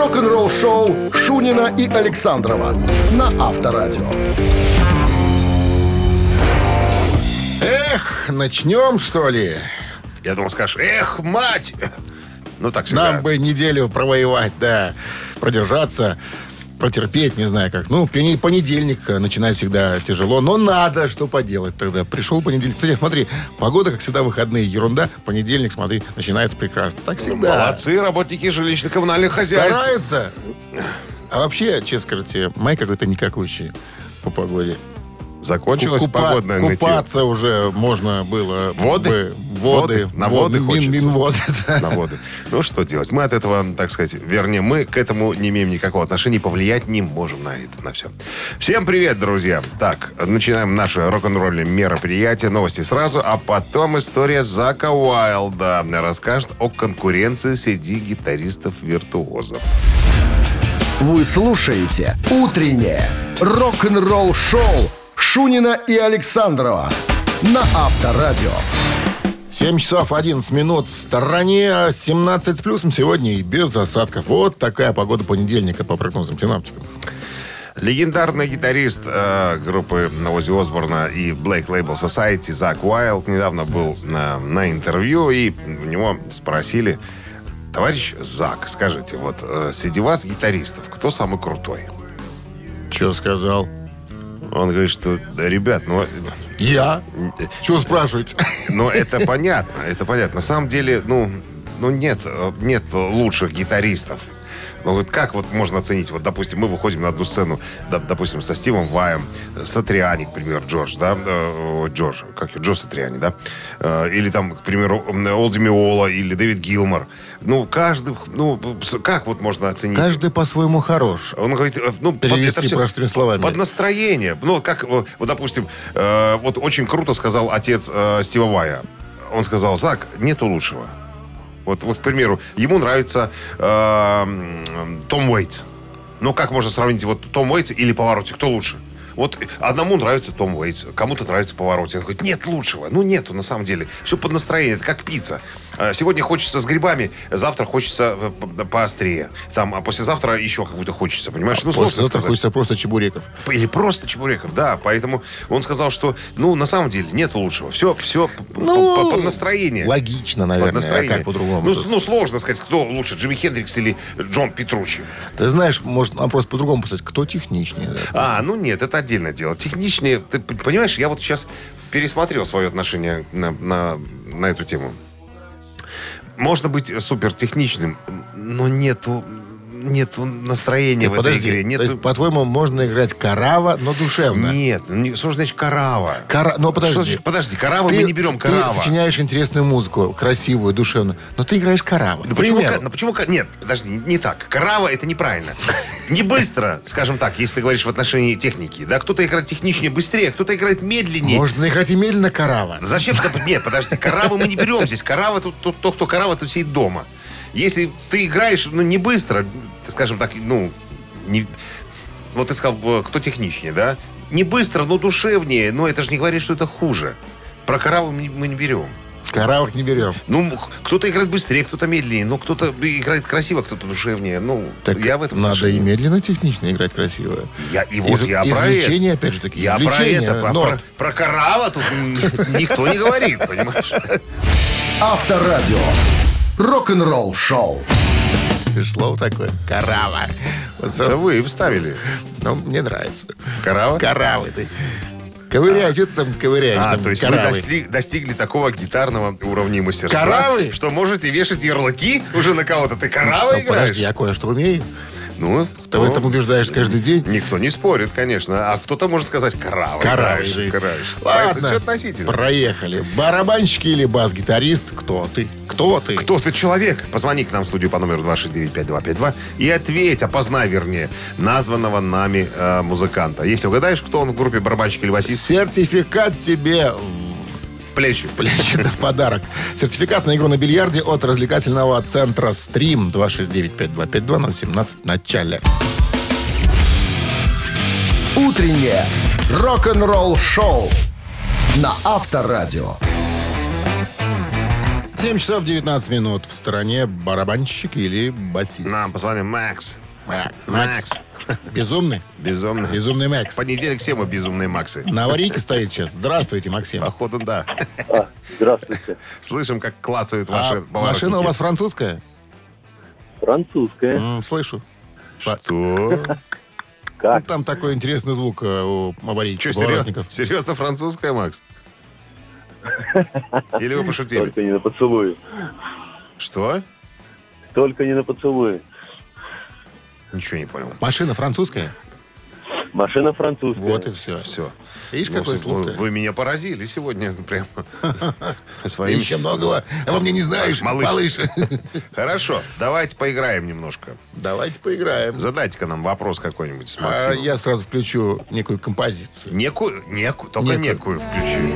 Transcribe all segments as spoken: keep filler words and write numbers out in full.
Рок-н-ролл-шоу Шунина и Александрова на Авторадио. Эх, начнем, что ли? Я думал, скажешь, эх, мать! Ну, так всегда. Нам бы неделю провоевать, да. Продержаться, протерпеть, не знаю как. Ну, пени- понедельник начинать всегда тяжело, но надо, что поделать тогда. Пришел понедельник. Кстати, смотри, погода, как всегда, выходные, ерунда. Понедельник, смотри, начинается прекрасно. Так всегда. Молодцы работники жилищно-коммунальных хозяйств. Стараются. А вообще, честно скажите, май какой-то никакущий по погоде. Закончилась Купа- погодная нытье. Купаться уже можно было. Воды? бы- Воды. На воды Мин- хочется. Минводы, да. На воды. Ну, что делать? Мы от этого, так сказать, вернее, мы к этому не имеем никакого отношения, повлиять не можем на это, на все. Всем привет, друзья. Так, начинаем наше рок-н-ролльное мероприятие. Новости сразу, а потом история Зака Уайлда расскажет о конкуренции среди гитаристов-виртуозов. Вы слушаете «Утреннее рок-н-ролл-шоу» Шунина и Александрова на Авторадио. семь часов одиннадцать минут в стороне, семнадцать с плюсом сегодня и без осадков. Вот такая погода понедельника по прогнозам синоптиков. Легендарный гитарист э, группы Оззи Осборна и Black Label Society Зак Уайлд недавно был на, на интервью, и у него спросили: товарищ Зак, скажите, вот э, среди вас, гитаристов, кто самый крутой? Че сказал? Он говорит, что, да, ребят, ну... Я? Чего спрашиваете? Ну, это понятно, это понятно. На самом деле, ну, ну нет, нет лучших ги타ристов. Ну, вот как вот можно оценить? Вот, допустим, мы выходим на одну сцену, да, допустим, со Стивом Ваем, Сатриани, к примеру, Джордж, да? Э, Джордж, как Джо Сатриани, да? Э, или там, к примеру, Олди Миола или Дэвид Гилмор. Ну, каждый, ну, как вот можно оценить? Каждый по-своему хорош. Он говорит, ну, Перевести это всё простыми словами. под настроение. Ну, как, вот, допустим, э, вот очень круто сказал отец э, Стива Вая. Он сказал: Зак, нету лучшего. Вот, вот, к примеру, ему нравится э, Том Уэйтс. Ну, как можно сравнить вот Том Уэйтс или Паваротти? Кто лучше? Вот одному нравится Том Уэйтс, кому-то нравится Паваротти. Он говорит, нет лучшего. Ну, нету, на самом деле. Все под настроение. Это как пицца. Сегодня хочется с грибами, завтра хочется поострее. Там, а послезавтра еще какую-то хочется, понимаешь? Ну, сложно Завтра сказать. хочется просто чебуреков. Или просто чебуреков, да. Поэтому он сказал, что, ну, на самом деле, нет лучшего. Все, все Ну, под настроение. Логично, наверное. Под настроение. А как по-другому? Ну, тут? ну, сложно сказать, кто лучше, Джимми Хендрикс или Джон Петруччи. Ты знаешь, может, нам просто по-другому поставить. Кто техничнее? Да? А, ну нет, это отдельное дело. Техничнее, ты понимаешь, я вот сейчас пересмотрел свое отношение на, на, на эту тему. Можно быть супер техничным, но нету, нету настроения Нет, в подожди, этой игре. Нету... То есть, по-твоему, можно играть караво, но душевно? Нет, не- что же значит карава? Кара... Ну, подожди. Что значит, подожди, карава Ты- мы не берем, Ты карава. сочиняешь интересную музыку, красивую, душевную, но ты играешь караво. Да почему, ка- ну почему, ка- нет, подожди, не, не так. Карава это неправильно. Не быстро, скажем так, если ты говоришь в отношении техники. Да, кто-то играет техничнее, быстрее, кто-то играет медленнее. Можно играть и медленно караво. Зачем? Нет, подожди, каравы мы не берем здесь. Карава, тут, тут, тот, кто карава, тут сидит дома. Если ты играешь, ну, не быстро, скажем так, ну, не... Вот ты сказал, кто техничнее, да? Не быстро, но душевнее, но это же не говорит, что это хуже. Про караву мы не- мы не берем. Каравок не берем. Ну, кто-то играет быстрее, кто-то медленнее, но кто-то играет красиво, кто-то душевнее. Ну, Так я в этом надо отношении. и медленно, технично играть красиво. Я, и вот Из- я про извлечение, это. опять же таки, Я про извлечение это. Про, нот. про, про карава тут н- никто не говорит, понимаешь? Авторадио. Рок-н-ролл-шоу. Слово такое. Карава. Вот Это сразу- вы вставили. Ну, мне нравится. Карава? Каравы ты. Ковыряй, что ты там ковыряешь? А, там, то есть каравы? вы достиг- достигли такого гитарного уровня мастерства, Каравы? что можете вешать ярлыки уже на кого-то. Ты карава Ну, играешь? подожди, я кое-что умею. Ну, Ты в этом убеждаешь каждый день. Никто не спорит, конечно. А кто-то может сказать карава. Каравы. играешь, ты. играешь. Поэтому Ладно, все относительно. проехали. Барабанщик или бас-гитарист? Кто ты? Кто ты? Кто ты человек? Позвони к нам в студию по номеру два шесть девять пять два пять два и ответь, опознай, вернее, названного нами э, музыканта. Если угадаешь, кто он в группе, барабанщик или басист, Сертификат тебе в плечи. в плечи на подарок. Сертификат на игру на бильярде от развлекательного центра «Стрим». два шесть девять пять два пять два ноль семнадцать в начале. Утреннее рок-н-ролл-шоу на Авторадио. семь часов девятнадцать минут. В стороне барабанщик или басист. Нам позвонил Макс. Мак- Макс. Безумный? Безумно. Безумный Макс. Понедельник все мы безумные Максы. На аварийке стоит сейчас. Здравствуйте, Максим. Походу, да. А, здравствуйте. Слышим, как клацают А ваши машина поворотники. у вас французская? Французская. М, слышу. Что? Ну, Как? там такой интересный звук э, у аварийки. Что, серьезно? Серьезно французская, Макс? Или вы пошутили? Только не на поцелуй. Что? Только не на поцелуй. Ничего не понял. Машина французская? Машина французская. Вот и все. Все. Видишь, какой слух вы, вы меня поразили сегодня прям Ты своим... еще многого обо мне не знаешь, Малыш. малыш. Хорошо, давайте поиграем немножко. Давайте поиграем. Задайте-ка нам вопрос какой-нибудь с А Максимом. я сразу включу некую композицию. Некую, некую, только Некую. некую включи.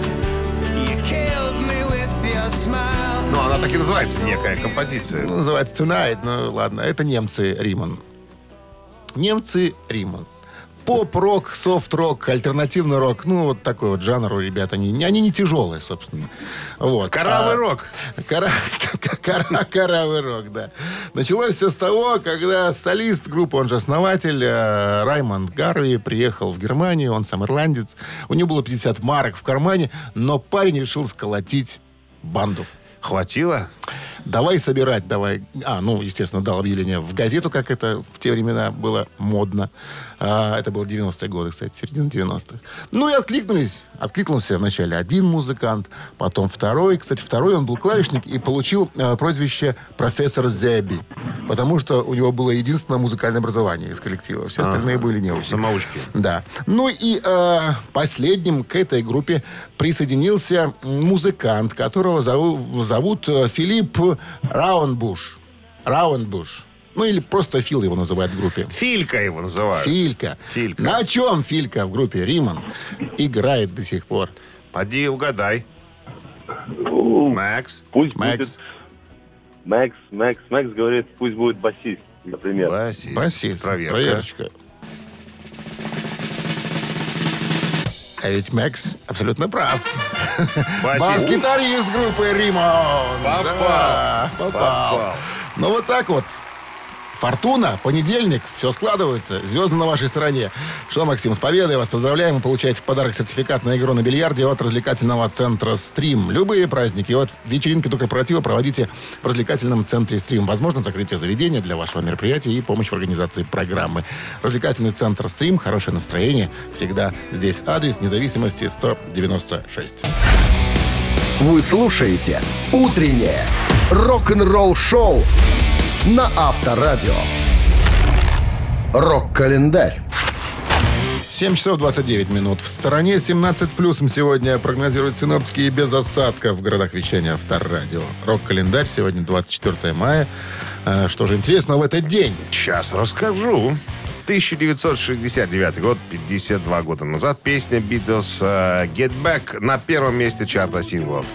Ну, она так и называется, некая композиция. Ну, называется Tonight, ну ладно. Это немцы Риман. Немцы Риман. Поп-рок, софт-рок, альтернативный рок. Ну, вот такой вот жанр у ребят. Они, они не тяжелые, собственно. Вот. Коравый А, рок. Кора, кора, коравый рок, да. Началось все с того, когда солист группы, он же основатель, э, Раймонд Гарви, приехал в Германию, он сам ирландец. У него было пятьдесят марок в кармане, но парень решил сколотить банду. Хватило? Давай собирать, давай. А, ну, естественно, дал объявление в газету, как это в те времена было модно. А, это было девяностые годы, кстати, середина девяностых. Ну и откликнулись. Откликнулся вначале один музыкант, потом второй. Кстати, второй, он был клавишник и получил а, прозвище профессор Зеби, потому что у него было единственное музыкальное образование из коллектива. Все остальные были неучи. Самоучки. Да. Ну и э, последним к этой группе присоединился музыкант, которого зову- зовут э, Филипп Раундбуш. Раундбуш. Ну или просто Фил его называют в группе. Филька его называют. Филька. Филька. На чем Филька в группе Риман играет до сих пор? Поди угадай. Ну, Макс. Пусть Макс. будет... Макс, Макс, Макс говорит, пусть будет басист, например. Басист. Басист. Проверка. Проверочка. А ведь Макс абсолютно прав. Басист. Бас-гитарист группы Риман. Попал. Да, попал. Попал. Ну вот так вот. Фортуна, понедельник, все складывается. Звезды на вашей стороне. Что, Максим, с победой вас поздравляем. Вы получаете в подарок сертификат на игру на бильярде от развлекательного центра «Стрим». Любые праздники, от вечеринки до корпоратива проводите в развлекательном центре «Стрим». Возможно, закрытие заведения для вашего мероприятия и помощь в организации программы. Развлекательный центр «Стрим». Хорошее настроение. Всегда здесь. Адрес Независимости сто девяносто шесть. Вы слушаете «Утреннее рок-н-ролл-шоу» на Авторадио. Рок-календарь. семь часов двадцать девять минут. В стороне семнадцать с плюсом сегодня прогнозируют синоптики и без осадков в городах вещания Авторадио. Рок-календарь. Сегодня двадцать четвёртое мая. А, что же интересного в этот день? Сейчас расскажу. тысяча девятьсот шестьдесят девятый год, пятьдесят два года назад, песня Beatles uh, Get Back на первом месте чарта синглов.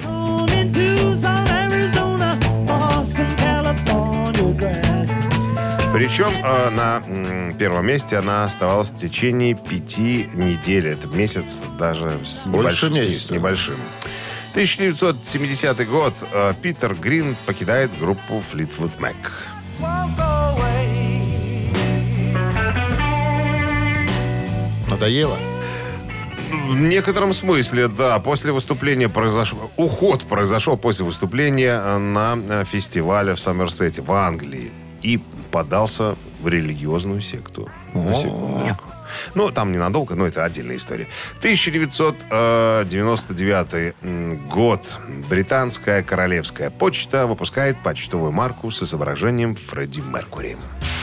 Причем э, на м, первом месте она оставалась в течение пяти недель. Это месяц даже с, Больше небольш- с- месяца. с небольшим. тысяча девятьсот семидесятый год. э, Питер Грин покидает группу Fleetwood Mac. Надоело? В некотором смысле, да. После выступления произошел... Уход произошел после выступления на э, фестивале в Сомерсете в Англии. И подался в религиозную секту. На секундочку. Ну, там ненадолго, но это отдельная история. тысяча девятьсот девяносто девятый год. Британская королевская почта выпускает почтовую марку с изображением Фредди Меркьюри.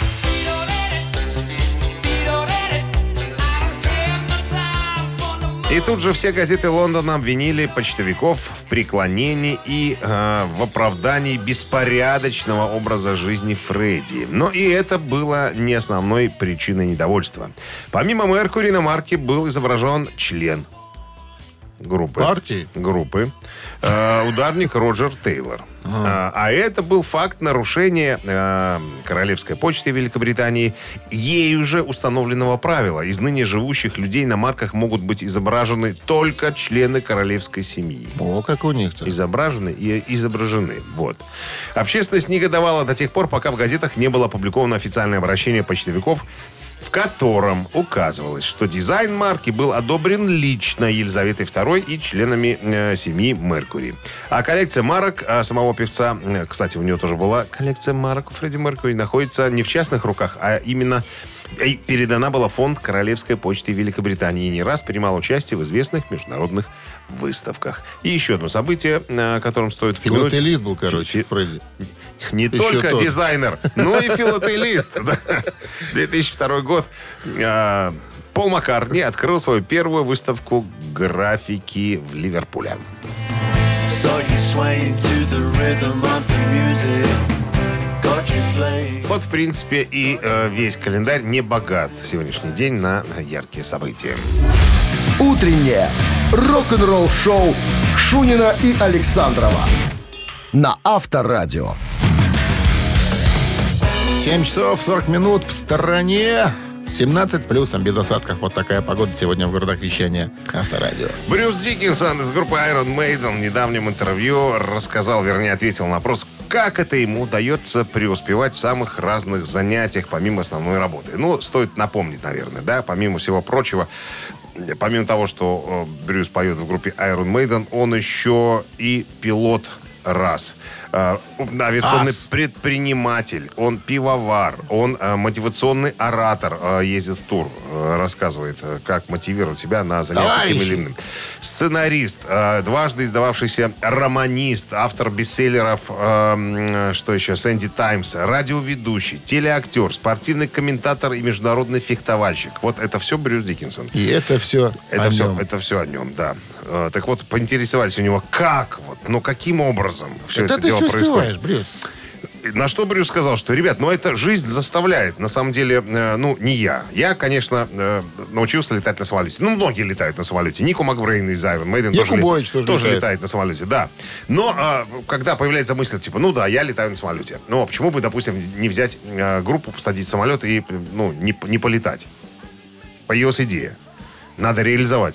И тут же все газеты Лондона обвинили почтовиков в преклонении и э, в оправдании беспорядочного образа жизни Фредди. Но и это было не основной причиной недовольства. Помимо Меркьюри на марке был изображен член. группы. Партии? Группы. Э, ударник Роджер Тейлор. А. а это был факт нарушения э, Королевской почты Великобритании ею же установленного правила. Из ныне живущих людей на марках могут быть изображены только члены королевской семьи. О, как у них-то. Изображены и изображены. Вот. Общественность негодовала до тех пор, пока в газетах не было опубликовано официальное обращение почтовиков, в котором указывалось, что дизайн марки был одобрен лично Елизаветой второй и членами э, семьи Меркури. А коллекция марок э, самого певца, э, кстати, у него тоже была коллекция марок у Фредди Меркури, находится не в частных руках, а именно и передана была в фонд Королевской почты Великобритании и не раз принимал участие в известных международных выставках. И еще одно событие, о котором стоит упомянуть. Филателист был, короче, Фредди. Не Еще только тот. дизайнер, но и филателист. две тысячи второй год. Пол Маккартни открыл свою первую выставку графики в Ливерпуле. Вот, в принципе, и э, весь календарь не богат сегодняшний день на яркие события. Утреннее рок-н-ролл-шоу Шунина и Александрова на Авторадио. семь часов сорок минут в стороне. семнадцать с плюсом, без осадков. Вот такая погода сегодня в городах вещания Авторадио. Брюс Диккенсон из группы Iron Maiden в недавнем интервью рассказал, вернее, ответил на вопрос, как это ему удается преуспевать в самых разных занятиях, помимо основной работы. Ну, стоит напомнить, наверное, да, помимо всего прочего, помимо того, что э, Брюс поет в группе Iron Maiden, он еще и пилот раз. Э, авиационный Ас. предприниматель, он пивовар, он э, мотивационный оратор, э, ездит в тур, э, рассказывает, э, как мотивировать себя на занятия тем или иным. Сценарист, э, дважды издававшийся романист, автор бестселлеров, э, что еще, Сэнди Таймс, радиоведущий, телеактер, спортивный комментатор и международный фехтовальщик. Вот это все Брюс Диккенсон. И это все Это о все, нем. это все о нем, да. Э, Так вот, поинтересовались у него, как, вот, ну, каким образом все Это это, ты дело все происходит. успеваешь, Брюс. На что Брюс сказал, что, ребят, ну, это жизнь заставляет. На самом деле, э, ну, не я. Я, конечно, э, научился летать на самолете. Ну, многие летают на самолете. Нико Макбрейн из Iron Maiden тоже, Якубович тоже тоже летает. летает на самолете, да. Но э, когда появляется мысль, типа, ну, да, я летаю на самолете. Ну, а почему бы, допустим, не взять э, группу, посадить в самолет и, ну, не, не полетать? Появилась идея. Надо реализовать.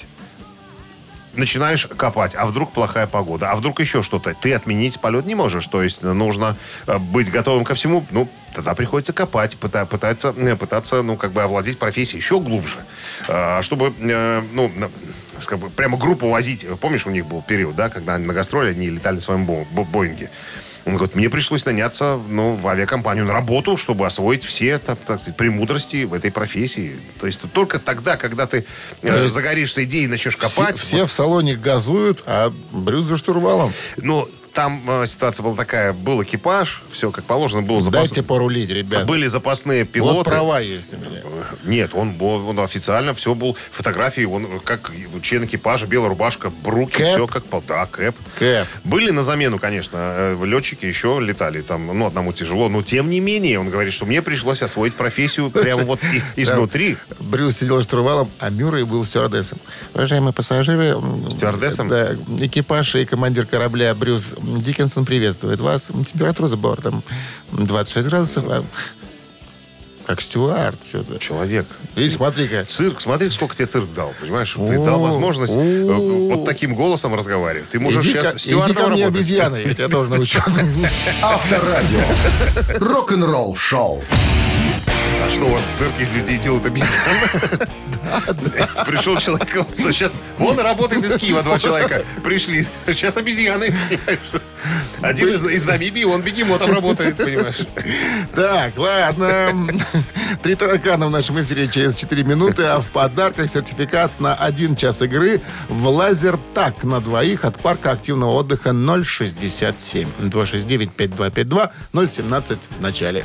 Начинаешь копать, а вдруг плохая погода, а вдруг еще что-то. Ты отменить полет не можешь, то есть нужно э, быть готовым ко всему. Ну, тогда приходится копать, пыта- пытаться, э, пытаться, ну, как бы овладеть профессией еще глубже. Э, чтобы, э, ну, на- как бы прямо группу возить. Помнишь, у них был период, да, когда они на гастроли, они летали на своем Бо- Бо- Боинге. Он говорит, мне пришлось наняться, ну, в авиакомпанию на работу, чтобы освоить все, так, так сказать, премудрости в этой профессии. То есть только тогда, когда ты э, есть загоришься идеей и начнешь Все, копать... все вот, в салоне газуют, а Брюс за штурвалом. ну, там э, ситуация была такая, был экипаж, все как положено, был запас... Дайте порулить, ребят. Были запасные пилоты. Вот права есть у меня. Нет, он, был, он официально все был, фотографии, он как член экипажа, белая рубашка, бруки, Кэп. все как пол, да, кэп. Кэп. Были на замену, конечно, э, летчики еще летали, там, ну, одному тяжело, но тем не менее, он говорит, что мне пришлось освоить профессию прямо вот и- изнутри. Брюс сидел за штурвалом, а Мюррей был стюардессом. Уважаемые пассажиры... м, Стюардессом? Да, экипаж и командир корабля Брюс Диккенсон приветствует вас. Температура за бортом двадцать шесть градусов. а Как стюард, что-то. Человек. Видишь, смотри-ка. Цирк, смотри, сколько тебе цирк дал, понимаешь? Ты дал возможность э, О. вот таким голосом разговаривать. Ты можешь Иди-ка, сейчас стюардом иди ко мне, работать. обезьяна, я тебя тоже научу. Авторадио. Рок-н-ролл-шоу. А что у вас в цирке из людей делают обезьян? Пришел человек, сейчас он работает из Киева, два человека пришли. Сейчас обезьяны, понимаешь? Один из, из Намибии, он бегемотом работает, понимаешь? Так, ладно. Три таракана в нашем эфире через четыре минуты, а в подарках сертификат на один час игры в лазертаг на двоих от парка активного отдыха ноль шестьдесят семь. два шесть девять пять два пять два ноль семнадцать в начале.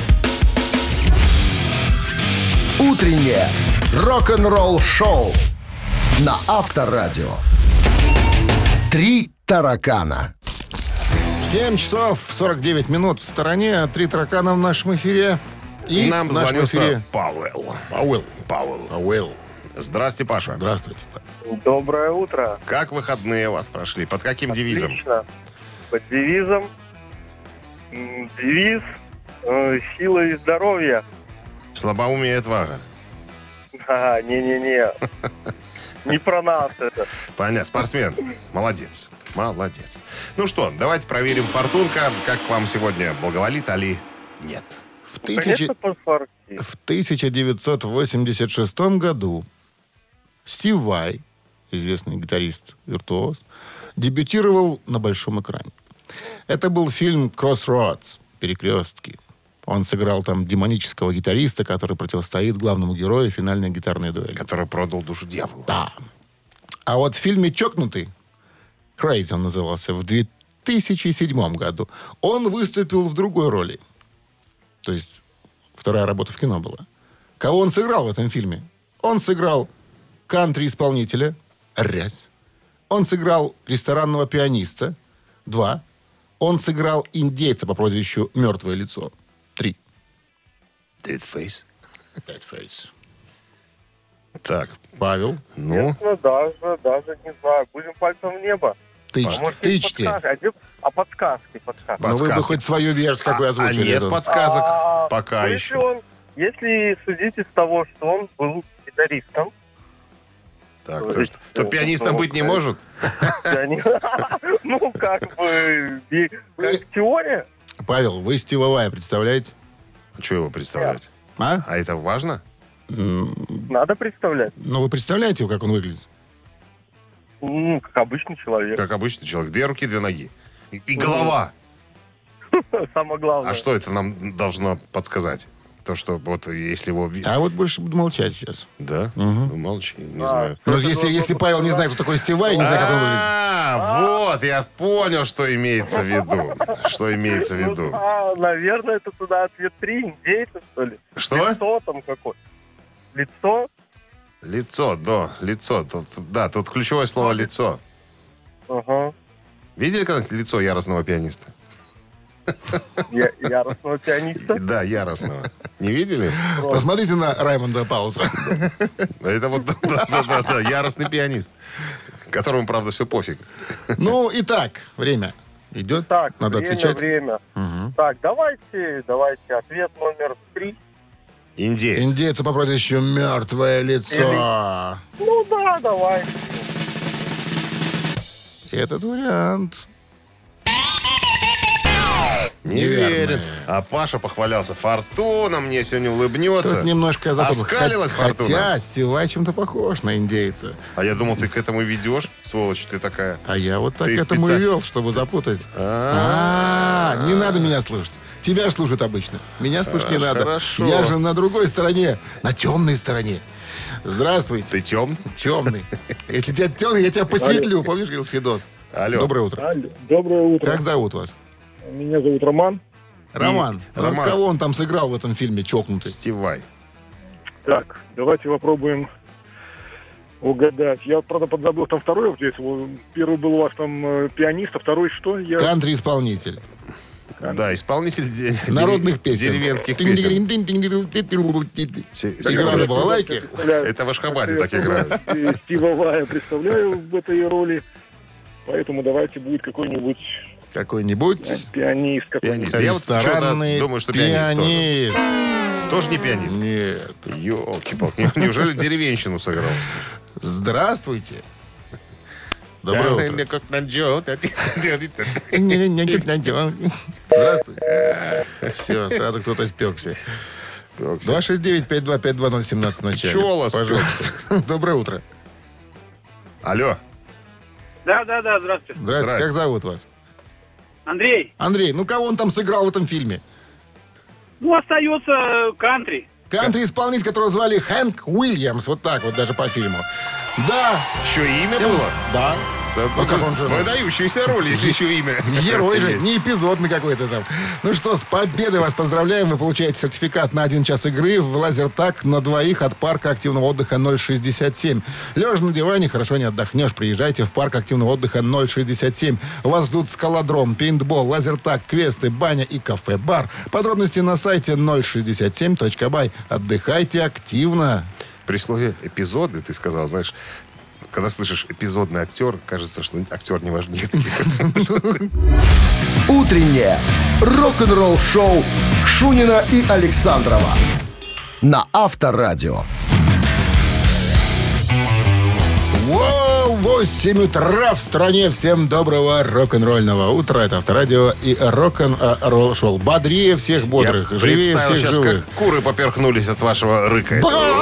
Утреннее рок-н-ролл-шоу на Авторадио. Три таракана. семь часов сорок девять минут в стороне. Три таракана в нашем эфире. И Нам в нашем звонился эфире Пауэлл. Пауэлл. Пауэлл. Пауэлл. Здрасте, Паша. Здравствуйте. Доброе утро. Как выходные у вас прошли? Под каким девизом? Отлично. Под девизом. м, Девиз э, сила и здоровье. Слабоумие и отвага. А, не-не-не. Не про нас это. Понятно. Спортсмен. Молодец. Молодец. Ну что, давайте проверим фортунка. Как вам сегодня, благоволит, али нет? В, тысячи- Конечно, по-фарски. в тысяча девятьсот восемьдесят шестом году Стив Vai, известный гитарист-виртуоз, дебютировал на большом экране. Это был фильм «Crossroads», «Перекрестки». Он сыграл там демонического гитариста, который противостоит главному герою финальной гитарной дуэли. Который продал душу дьяволу. Да. А вот в фильме «Чокнутый», «Crazy» он назывался, в две тысячи седьмом году, он выступил в другой роли. То есть вторая работа в кино была. Кого он сыграл в этом фильме? Он сыграл кантри-исполнителя, раз. Он сыграл ресторанного пианиста, два. Он сыграл индейца по прозвищу «Мертвое лицо», три. Deadface. Deadface. Так, Павел, ну, Честно, даже, даже не знаю. Будем пальцем в небо. тыч, А может, есть тычьте. подсказки? А, где- а подсказки, подсказки. Ну, вы бы подсказки. хоть свою версию какую а, а озвучили. нет эту. подсказок А, пока ну, еще. Если, он, если судить из того, что он был гитаристом, Так, то то, есть, что- то ну, пианистом ну, быть не э, может? они- ну, как бы, би- как теория. Павел, вы Стива Вая представляете? Что его представлять? А? А это важно? Надо представлять. Ну, вы представляете, как он выглядит? Ну, как обычный человек. Как обычный человек. Две руки, две ноги. И, и голова. Самое главное. А что это нам должно подсказать? То, что вот если его... ви- А вот больше буду молчать сейчас. Да? Ну, молчи, не А, знаю. Ну, это если, должно если Павел не показать. знает, кто такой Стив Вай, не знаю, как он выглядит. А, вот, я понял, что имеется в виду. Что имеется в Ну, виду. а, наверное, это туда ответ три. Индейцы, что ли? Что? Лицо там какое? Лицо? Лицо, да, лицо. Тут, да, тут ключевое слово лицо. Ага. Видели когда-нибудь лицо яростного пианиста? Я, яростного пианиста. Да, яростного. Не видели? Посмотрите на Раймонда Пауса. Это вот, да, да, да, да, яростный пианист. Которому, правда, все пофиг. Ну, итак, время идет. Так, Надо время, отвечать. время. Мгм. Так, давайте, давайте ответ номер три. Индеец. Индейца по прозвищу «Мертвое лицо». Ну да, давай. Этот вариант. Не Неверно. верит. А Паша похвалялся. Фортуна мне сегодня улыбнется. Тут немножко запутал. Оскалилась Хот- Фортуна. Хотя Стив Вай чем-то похож на индейца. А я думал, ты к этому ведешь, сволочь ты такая. А я вот так Ты к этому специально- и вел, чтобы запутать. А, А, не надо меня слушать. Тебя ж слушают обычно. Меня слушать не надо. Хорошо. Я же на другой стороне, на темной стороне. Здравствуйте. Ты темный? Темный. Если тебя темный, я тебя посветлю. Помнишь, говорил Федос? Алло. Доброе утро. Алло, доброе утро. Как зовут вас? Меня зовут Роман. Роман. Ну, Роман. кого он там сыграл в этом фильме «Чокнутый»? Стивай. Так, давайте попробуем угадать. Я, вот, правда, подзабыл там второй ответ. Вот первый был у вас там э, пианист, а второй что? Я... Кантри-исполнитель. Да, исполнитель де- Народных дерев- песен. Деревенских песен. Се- Се- Играли в балалайке. Представляю- Это в Ашхабаде так играют. Э, Стива Вая представляю в этой роли. Поэтому давайте будет какой-нибудь э, Какой-нибудь пианист. какой-нибудь. Пианист. Я вот ресторанный что-то думаю, что пианист тоже. пианист. Тоже не пианист. Нет. Ёлки-палки. Неужели деревенщину сыграл? Здравствуйте. Доброе утро. Здравствуйте. Все, сразу кто-то спекся. два шесть девять пять два пять два ноль семнадцать в начале. Пчела Пожалуйста. Доброе утро. Алло. Да, да, да, здравствуйте. Здравствуйте. Здрасте. Как зовут вас? Андрей, Андрей, ну кого он там сыграл в этом фильме? ну остается э, кантри. Кантри-исполнитель, которого звали Хэнк Уильямс. Вот так вот даже по фильму. Да. Еще имя было? Да. Да, Ну, как он же- Выдающаяся роль, если еще имя. Герой же, есть. не эпизодный какой-то там. Ну что, с победой вас поздравляем. Вы получаете сертификат на один час игры в лазертаг на двоих от парка активного отдыха ноль шестьдесят семь. Лежа на диване, хорошо не отдохнешь. Приезжайте в парк активного отдыха ноль шестьдесят семь. Вас ждут скалодром, пейнтбол, лазертаг, квесты, баня и кафе-бар. Подробности на сайте ноль шестьдесят семь точка бай. Отдыхайте активно. При слове «эпизоды» ты сказал, знаешь, когда слышишь «эпизодный актер», кажется, что актер неважнецкий. Утреннее рок-н-ролл-шоу Шунина и Александрова на Авторадио. Воу, восемь утра в стране. Всем доброго рок-н-ролльного утра. Это Авторадио и рок-н-ролл шоу. Бодрее всех бодрых, Я живее представил всех сейчас, живых. как куры поперхнулись от вашего рыка.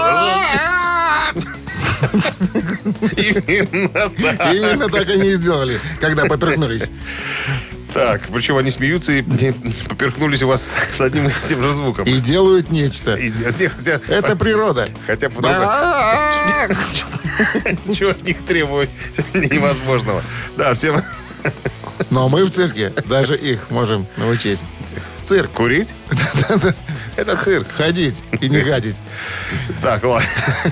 Именно так. Именно так они и сделали, когда поперхнулись. Так, причем они смеются и не поперхнулись у вас с одним и тем же звуком. И делают нечто. И де- де- хотя, Это природа. хотя по-другому. Чего от них требовать невозможного. Да, всем Но мы в цирке даже их можем научить. Цирк. курить. Это цирк. Ходить и не гадить. Так, ладно.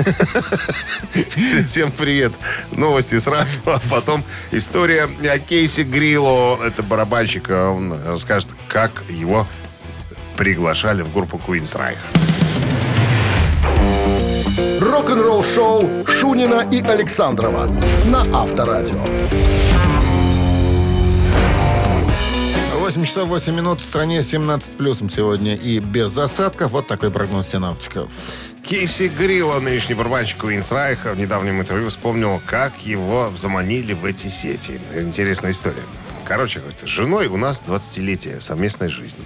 Всем привет. Новости сразу, а потом история о Кейси Грилло. Это барабанщик. Он расскажет, как его приглашали в группу Queensryche. Рок-н-ролл-шоу Шунина и Александрова на Авторадио. восемь часов восемь минут. В стране семнадцать плюсом сегодня и без осадков. Вот такой прогноз синоптиков. Кейси Грилло, нынешний барабанщик Queensryche, в недавнем интервью вспомнил, как его заманили в эти сети. Интересная история. Короче, говорит, с женой у нас двадцатилетие совместной жизни.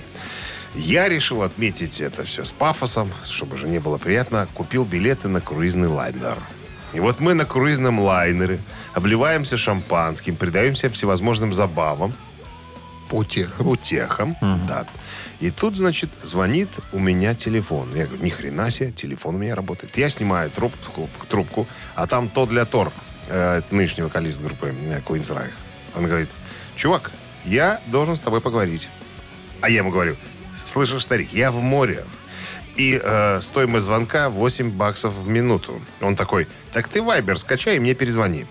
Я решил отметить это все с пафосом, чтобы жене было приятно. Купил билеты на круизный лайнер. И вот мы на круизном лайнере обливаемся шампанским, предаемся всевозможным забавам, Утеха. утехам. Да. И тут, значит, звонит у меня телефон. Я говорю, ни хрена себе, телефон у меня работает. Я снимаю трубку, трубку а там Тодд Тор, э, нынешний вокалист группы Queensryche. Он говорит, чувак, я должен с тобой поговорить. А я ему говорю, слышишь, старик, я в море. И э, стоимость звонка восемь баксов в минуту. Он такой, так ты Вайбер скачай и мне перезвони.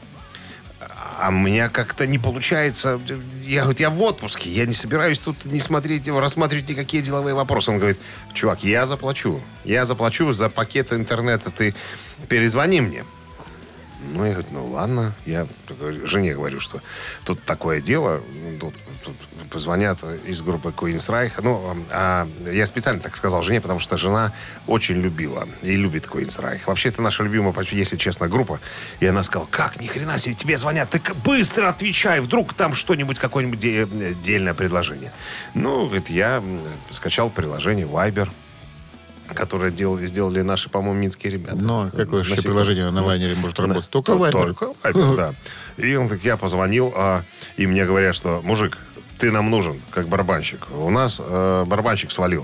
А у меня как-то не получается. Я говорю, я в отпуске, я не собираюсь тут не смотреть, рассматривать никакие деловые вопросы. Он говорит, чувак, я заплачу. Я заплачу за пакет интернета, ты перезвони мне. Ну, я говорю, ну ладно. Я жене говорю, что тут такое дело. Тут, тут позвонят из группы Queensryche. Ну, а я специально так сказал жене, потому что жена очень любила и любит Queensryche. Вообще, это наша любимая, если честно, группа. И она сказала, как, ни хрена себе, тебе звонят, ты быстро отвечай, вдруг там что-нибудь, какое-нибудь де- дельное предложение. Ну, говорит, я скачал приложение Viber, которое делали, сделали наши, по-моему, минские ребята. Но какое же На приложение секунду. на лайнере может На- работать? Только Viber. Только Viber, да. И он так, я позвонил, а, и мне говорят, что, мужик, ты нам нужен, как барабанщик. У нас э, барабанщик свалил.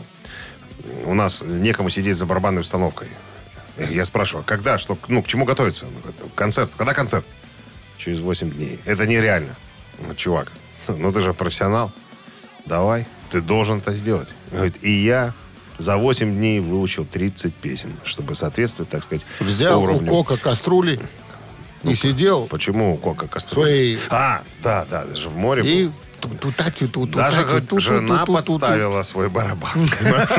У нас некому сидеть за барабанной установкой. Я спрашиваю, когда, что, ну, к чему готовиться? Он говорит, концерт. Когда концерт? Через восемь дней. Это нереально. Ну, чувак, ну ты же профессионал. Давай, ты должен это сделать. Он говорит, и я за восемь дней выучил тридцать песен, чтобы соответствовать, так сказать, Взял уровню. у Кока кастрюли и сидел Почему у Кока кастрюля? своей... А, да, да, даже в море был. И ту-ту-тати, ту-ту-тати, Даже говорит, ту-ту-ту-ту-ту-ту. жена подставила свой барабан.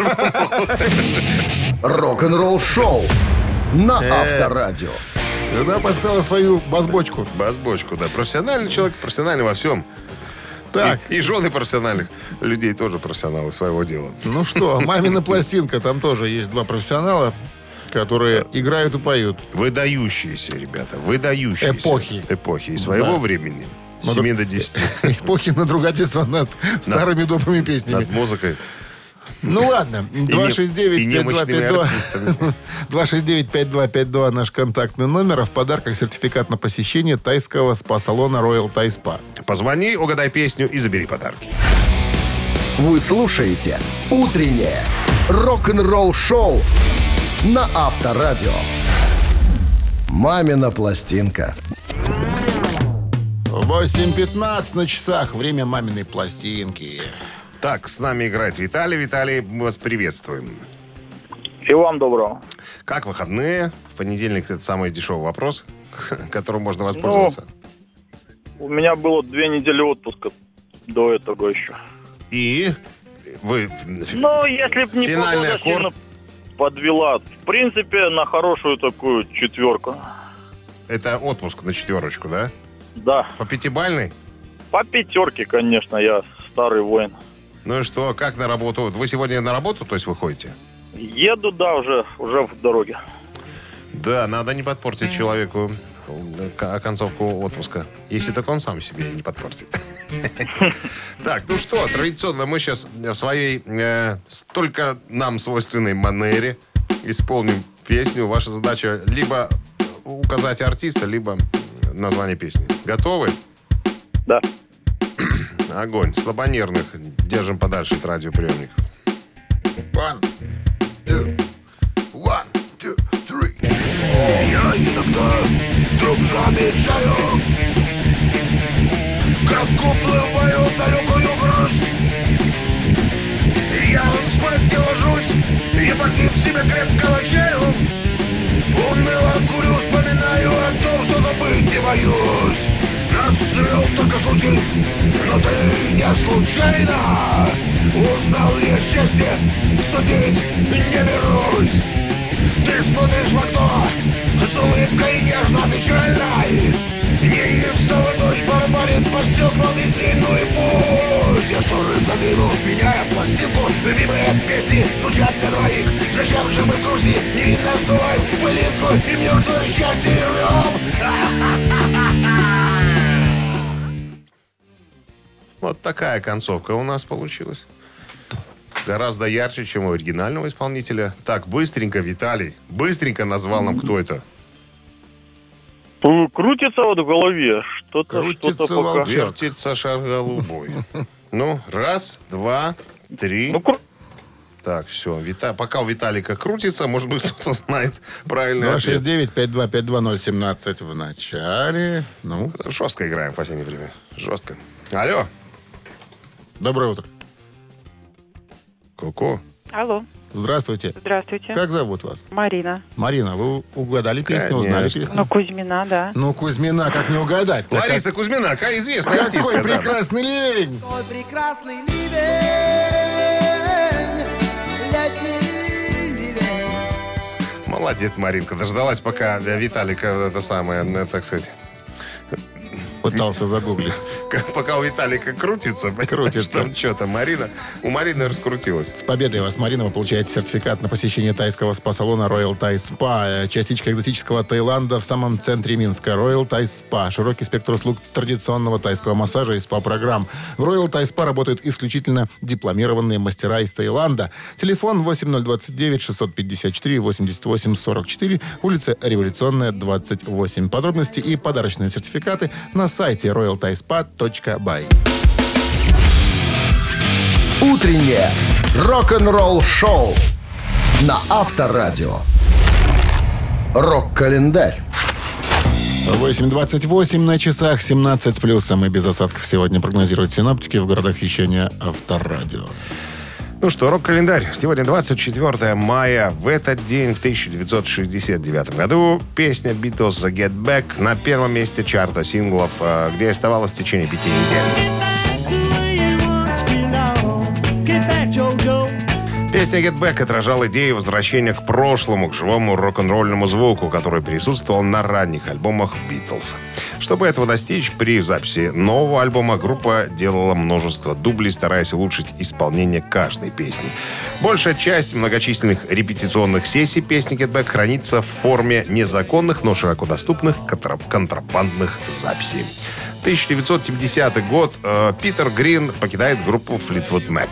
Рок-н-ролл-шоу на Авторадио. Жена поставила свою басбочку. Басбочку, да. Профессиональный человек, профессиональный во всем. Так, И, и жены профессиональных людей тоже профессионалы своего дела. ну что, «Мамина пластинка». Там тоже есть два профессионала, которые играют и поют. Выдающиеся, ребята, выдающиеся. Эпохи. Эпохи. И своего Да. времени. С Надо- семи до десяти. Эпохи надругательства над старыми добрыми песнями. Над музыкой. Ну ладно, два шесть девять пять два пять два. два шесть девять пять два пять два наш контактный номер, а в подарках сертификат на посещение тайского спа-салона Royal Thai Spa. Позвони, угадай песню и забери подарки. Вы слушаете «Утреннее рок-н-ролл-шоу» на Авторадио. «Мамина пластинка». восемь пятнадцать на часах. Время «Маминой пластинки». Так, с нами играет Виталий. Виталий, мы вас приветствуем. И вам доброго. Как выходные? В понедельник это самый дешевый вопрос, которым можно воспользоваться. У меня было две недели отпуска до этого еще. И вы... Ну, если б не Финальный погода аккорд? сильно... подвела. В принципе, на хорошую такую четверку. Это отпуск на четверочку, да? Да. По пятибалльной? По пятерке, конечно, я старый воин. Ну и что, как на работу? Вы сегодня на работу, то есть, выходите? Еду, да, уже, уже в дороге. Да, надо не подпортить человеку к- концовку отпуска. Если только он сам себе не подпортит. Так, ну что, традиционно мы сейчас в своей э, столько нам свойственной манере исполним песню. Ваша задача либо указать артиста, либо название песни. Готовы? Да. Огонь. Слабонервных держим подальше от радиоприемников. One, two, one, two, three. Я иногда вдруг замечаю, как уплываю в далекую грусть. Я спать не ложусь, и попив себе крепкого чаю, уныло курю, вспоминаю о том, что забыть не боюсь. Нас свел только случай, но ты не случайно. Узнал я счастье, судить не берусь. Ты смотришь в окно с улыбкой нежно-печальной. Неистово дождь барабанит по стеклам везде, ну и пусть. Я шторы задвину, меняя пластинку. Любимые песни звучат для двоих. Зачем же мы в грусти невинно сдуваем пылинку и мнем свое счастье и рвем? Вот такая концовка у нас получилась. Гораздо ярче, чем у оригинального исполнителя. Так, быстренько, Виталий, быстренько назвал нам, кто это. Крутится вот в голове. Что-то, Крутится что-то пока... волчок. Вертится шар голубой. Ну, раз, два, три. Ну, кру- Так, все. Вита... Пока у Виталика крутится, может быть, кто-то знает правильный два ответ. шесть девять пять два пять два ноль семнадцать в начале. Ну, Жестко играем в последнее время. Жестко. Алло. доброе утро. Ку-ку. Алло, Здравствуйте. здравствуйте. Как зовут вас? Марина. Марина, вы угадали песню, узнали Конечно. песню? Ну, Кузьмина, да. Ну, Кузьмина, как не угадать? Лариса Кузьмина, какая известная Какой артистка. да. прекрасный ливень! Ой, прекрасный ливень, летний ливень. Молодец, Маринка. Дождалась, пока Виталика, это самое, э, так сказать, Пытался загуглить. как- пока у Виталика крутится. понимаешь, Крутится. Там что-то. Марина, у Марины раскрутилась. С победой вас, Марина, вы получаете сертификат на посещение тайского спа-салона Royal Thai Spa. Частичка экзотического Таиланда в самом центре Минска. Royal Thai Spa. Широкий спектр услуг традиционного тайского массажа и спа-программ. В Royal Thai Spa работают исключительно дипломированные мастера из Таиланда. Телефон восемь ноль два девять шесть пять четыре восемьдесят восемь сорок четыре, улица Революционная, двадцать восемь. Подробности и подарочные сертификаты на сайте роял тай спа точка бай. Утреннее рок-н-ролл-шоу на Авторадио. Рок-календарь. восемь двадцать восемь на часах, семнадцать с плюсом и без осадков сегодня прогнозируют синоптики в городах вещания Авторадио. Ну что, рок-календарь. Сегодня двадцать четвёртое мая. В этот день, в тысяча девятьсот шестьдесят девятом году, песня Beatles «The Get Back» на первом месте чарта синглов, э, где оставалось в течение пяти недель. Песня «Get Back» отражала идею возвращения к прошлому, к живому рок-н-ролльному звуку, который присутствовал на ранних альбомах «Битлз». Чтобы этого достичь, при записи нового альбома группа делала множество дублей, стараясь улучшить исполнение каждой песни. Большая часть многочисленных репетиционных сессий песни «Get Back» хранится в форме незаконных, но широко доступных контра- контрабандных записей. тысяча девятьсот семидесятый год. Э, Питер Грин покидает группу Fleetwood Mac.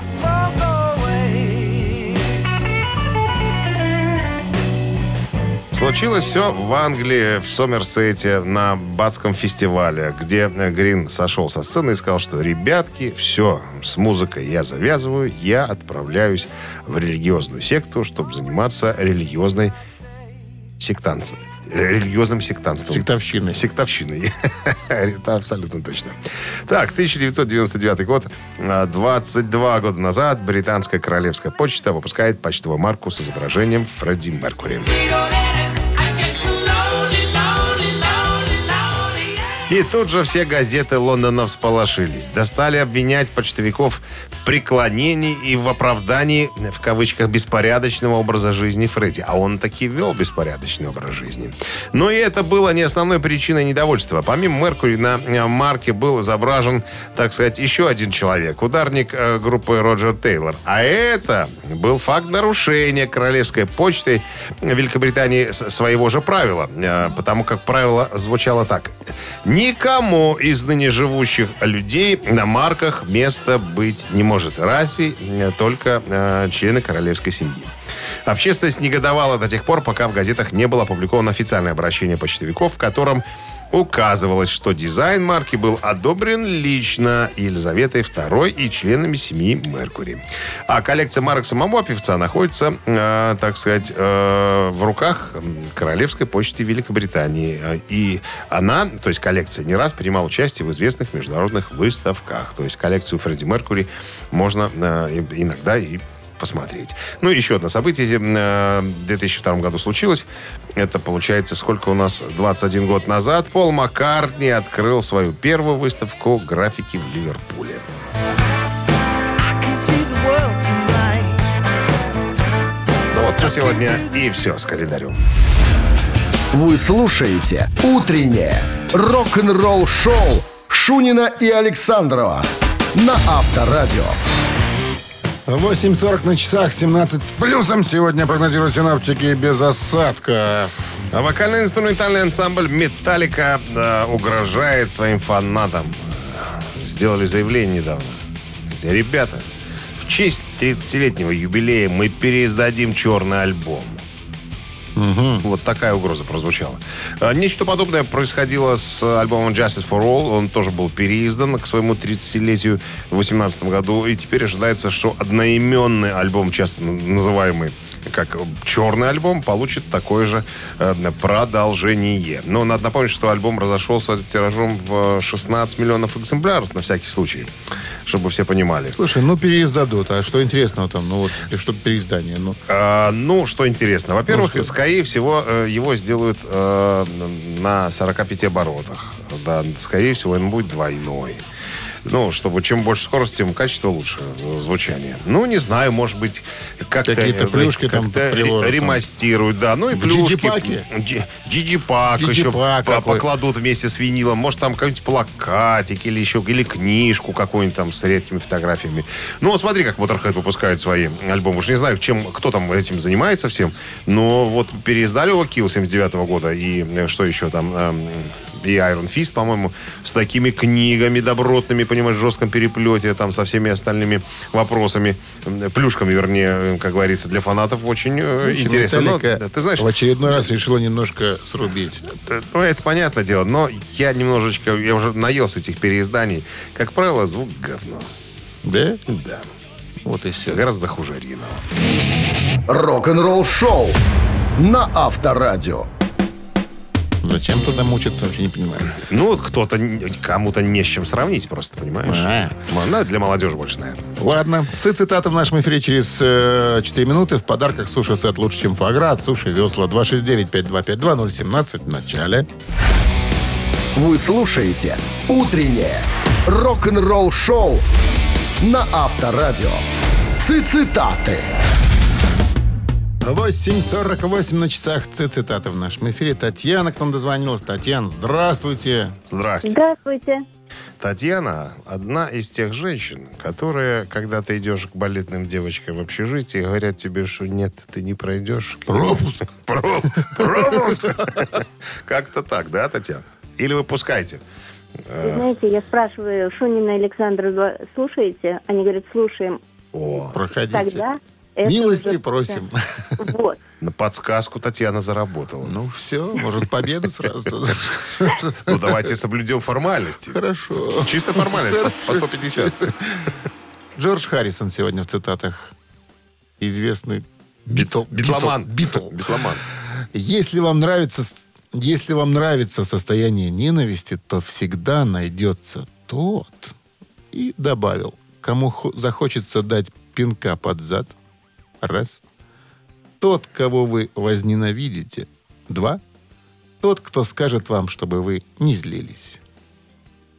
Случилось все в Англии, в Сомерсете, на Батском фестивале, где Грин сошел со сцены и сказал, что, ребятки, все, с музыкой я завязываю, я отправляюсь в религиозную секту, чтобы заниматься религиозной сектанцией. Религиозным сектантством. Сектовщиной. Сектовщиной. Это абсолютно точно. Так, тысяча девятьсот девяносто девятый год. двадцать два года назад британская королевская почта выпускает почтовую марку с изображением Фредди Меркьюри. И тут же все газеты Лондона всполошились. Достали обвинять почтовиков в преклонении и в оправдании, в кавычках, беспорядочного образа жизни Фредди. А он таки вел беспорядочный образ жизни. Но и это было не основной причиной недовольства. Помимо Меркури на марке был изображен, так сказать, еще один человек. Ударник э, группы Роджер Тейлор. А это был факт нарушения Королевской почты Великобритании своего же правила. Э, потому как правило звучало так. Никому из ныне живущих людей на марках места быть не может. Разве только э, члены королевской семьи. Общественность негодовала до тех пор, пока в газетах не было опубликовано официальное обращение почтовиков, в котором указывалось, что дизайн марки был одобрен лично Елизаветой второй и членами семьи Меркури. А коллекция марок самого певца находится, э, так сказать, э, в руках Королевской почты Великобритании. И она, то есть коллекция, не раз принимала участие в известных международных выставках. То есть коллекцию Фредди Меркури можно э, иногда и посмотреть. Ну, еще одно событие в две тысячи втором году случилось. Это, получается, сколько у нас? двадцать один год назад Пол Маккартни открыл свою первую выставку граффити в Ливерпуле. Ну вот на сегодня и все с календарем. Вы слушаете «Утреннее рок-н-ролл-шоу» Шунина и Александрова на Авторадио. восемь сорок на часах, семнадцать с плюсом. Сегодня прогнозируют синоптики без осадка. А вокально-инструментальный ансамбль «Металлика» да, угрожает своим фанатам. Сделали заявление недавно. Ребята, в честь тридцатилетнего юбилея мы переиздадим черный альбом. Угу. Вот такая угроза прозвучала. Нечто подобное происходило с альбомом Justice for All. Он тоже был переиздан к своему тридцатилетию в две тысячи восемнадцатом году. И теперь ожидается, что одноименный альбом, часто называемый как черный альбом, получит такое же продолжение. Но надо напомнить, что альбом разошелся тиражом в шестнадцать миллионов экземпляров, на всякий случай, чтобы все понимали. Слушай, ну переиздадут. А что интересного там? Ну вот, что переиздание? Ну, а, ну что интересно. Во-первых, ну, что? скорее всего, его сделают э, на сорока пяти оборотах. Да, скорее всего, он будет двойной. Ну, чтобы чем больше скорость, тем качество лучше звучания. Ну, не знаю, может быть, как-то, какие-то плюшки как-то там ремастируют, да. Ну и плюшки. Джиджипаки? Джиджипак еще покладут вместе с винилом. Может, там какой-нибудь плакатик или еще, или книжку какую-нибудь там с редкими фотографиями. Ну, вот смотри, как Motorhead выпускают свои альбомы. Уж не знаю, чем, кто там этим занимается всем, но вот переиздали его Kill семьдесят девятого года и что еще там... Эм, и Iron Fist, по-моему, с такими книгами добротными, понимаешь, в жестком переплете, там, со всеми остальными вопросами, плюшками, вернее, как говорится, для фанатов очень э, интересно. Но, ты знаешь, в очередной раз решила немножко срубить. Ну, это понятное дело, но я немножечко, я уже наелся этих переизданий. Как правило, звук говно. Да? Да. Вот и все. Гораздо хуже оригинала. Рок-н-ролл-шоу на Авторадио. Зачем туда мучиться, вообще не понимаю. Ну, кто-то, кому-то не с чем сравнить просто, понимаешь? А. Ну, для молодежи больше, наверное. Ладно. Цитата в нашем эфире через э, четыре минуты. В подарках суши-сет «Лучше, чем фуагра» от Суши Весла. два шесть девять пять два пять два ноль семнадцать в начале. Вы слушаете «Утреннее рок-н-ролл-шоу» на Авторадио. Цитаты. восемь сорок восемь на часах. Цитата в нашем эфире. Татьяна к нам дозвонилась. Татьяна, здравствуйте. Здравствуйте. Здравствуйте. Татьяна одна из тех женщин, которые, когда ты идешь к балетным девочкам в общежитии, говорят тебе, что нет, ты не пройдешь. Пропуск. Пропуск. Как-то так, да, Татьяна? Или вы пускаете? Вы знаете, я спрашиваю, Шунина и Александра слушаете? Они говорят, слушаем. О, проходите. Тогда милости просим. Вот. На подсказку Татьяна заработала. Ну все, может, победу сразу. Ну давайте соблюдем формальности. Хорошо. Чисто формальность по сто пятьдесят. Джордж Харрисон сегодня в цитатах. Известный Битл, битломан. Битл. Битломан. Если вам нравится, если вам нравится состояние ненависти, то всегда найдется тот. И добавил, кому захочется дать пинка под зад. Раз. Тот, кого вы возненавидите. Два. Тот, кто скажет вам, чтобы вы не злились.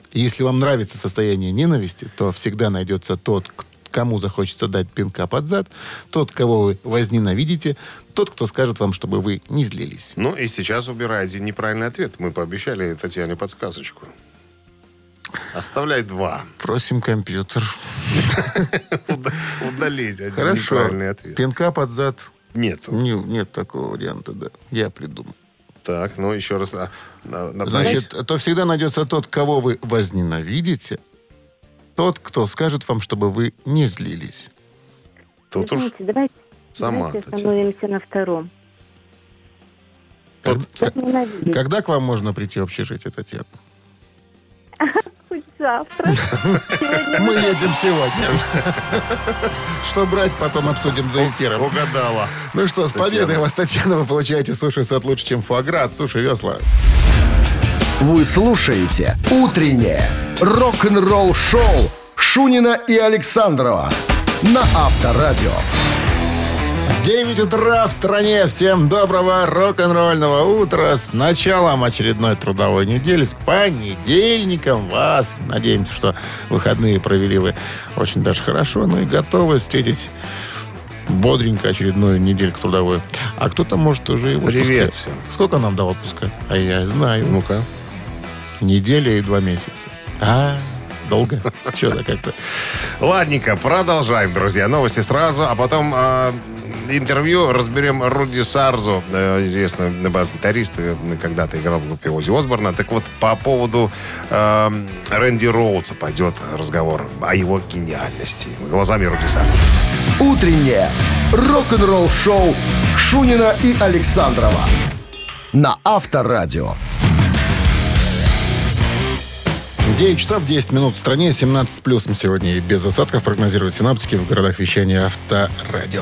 Если вам нравится состояние ненависти, то всегда найдется тот, кому захочется дать пинка под зад, тот, кого вы возненавидите, тот, кто скажет вам, чтобы вы не злились. Ну и сейчас убирайте неправильный ответ. Мы пообещали Татьяне подсказочку. Оставляй два. Просим компьютер. Удалить один Хорошо. неправильный ответ. Пинка под зад. Нету. Не, нет такого варианта, да. Я придумал. Так, ну еще раз. А, на, на, Значит, то всегда найдется тот, кого вы возненавидите, тот, кто скажет вам, чтобы вы не злились. Тут уж Знаете, давайте, сама давайте Татьяна. остановимся на втором. Как- Как ненавидеть. Когда к вам можно прийти в общежитие, Татьяна? Хоть завтра. Сегодня Мы едем сегодня. Что брать, потом обсудим за эфиром. Угадала. Ну что, с Татьяна. победой вас, Татьяна, вы получаете суши-сет лучше, чем фуагра от Суши Весла. Вы слушаете «Утреннее рок-н-ролл-шоу» Шунина и Александрова на Авторадио. девять утра в стране. Всем доброго рок-н-ролльного утра. С началом очередной трудовой недели. С понедельником вас. Надеемся, что выходные провели вы очень даже хорошо. Ну и готовы встретить бодренько очередную недельку трудовую. А кто-то может уже и в отпуске. Привет всем. Сколько нам до отпуска? А я знаю. Ну-ка. Неделя и два месяца. А, долго? Что-то как-то. Ладненько, продолжаем, друзья. Новости сразу, а потом э, интервью разберем Руди Сарзу, э, известный бас-гитарист, э, когда-то играл в группе Оззи Осборна. Так вот, по поводу э, Рэнди Роудса пойдет разговор о его гениальности. Глазами Руди Сарза. «Утреннее рок-н-ролл-шоу» Шунина и Александрова на Авторадио. девять часов десять минут в стране, семнадцать с плюсом сегодня. И без осадков прогнозируют синаптики в городах вещания Авторадио.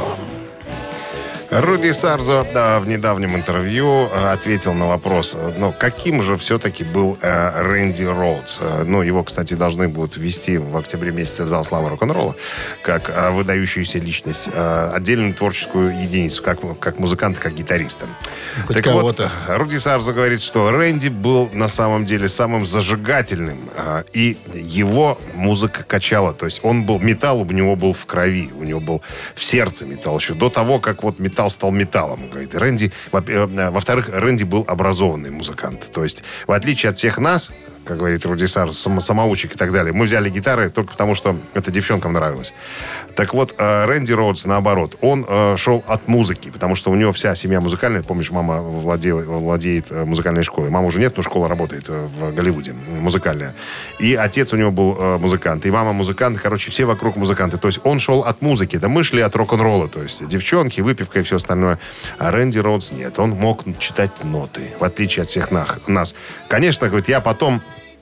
Руди Сарзо да, в недавнем интервью э, ответил на вопрос, э, ну, каким же все-таки был э, Рэнди Роудс. Э, ну, его, кстати, должны будут ввести в октябре месяце в зал славы рок-н-ролла как э, выдающуюся личность, э, отдельную творческую единицу, как, как музыканта, как гитариста. Хоть так кого-то. вот, Руди Сарзо говорит, что Рэнди был на самом деле самым зажигательным, э, и его музыка качала. То есть он был, металл у него был в крови, у него был в сердце металл еще до того, как вот металл стал металлом, говорит. Рэнди, во-вторых, Рэнди был образованный музыкант. То есть, в отличие от всех нас, как говорит Руди Сарз, самоучек и так далее, мы взяли гитары только потому, что это девчонкам нравилось. Так вот, Рэнди Роудс, наоборот, он шел от музыки, потому что у него вся семья музыкальная. Помнишь, мама владела, владеет музыкальной школой. Мама уже нет, но школа работает в Голливуде, музыкальная. И отец у него был музыкант, и мама музыкант. Короче, все вокруг музыканты. То есть, он шел от музыки. Это мы шли от рок-н-ролла. То есть, девчонки, выпивка и все остальное. А Рэнди Роудс нет. Он мог читать ноты, в отличие от всех нас. Конечно, говорит, я потом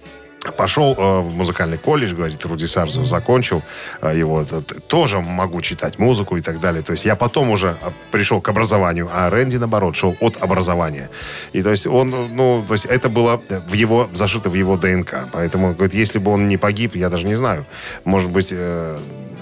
пошел э, в музыкальный колледж, говорит Руди Сарзо, закончил э, его. Это, тоже могу читать музыку и так далее. То есть я потом уже пришел к образованию, а Рэнди, наоборот, шел от образования. И то есть он, ну, то есть это было в его, зашито в его ДНК. Поэтому, говорит, если бы он не погиб, я даже не знаю, может быть, э,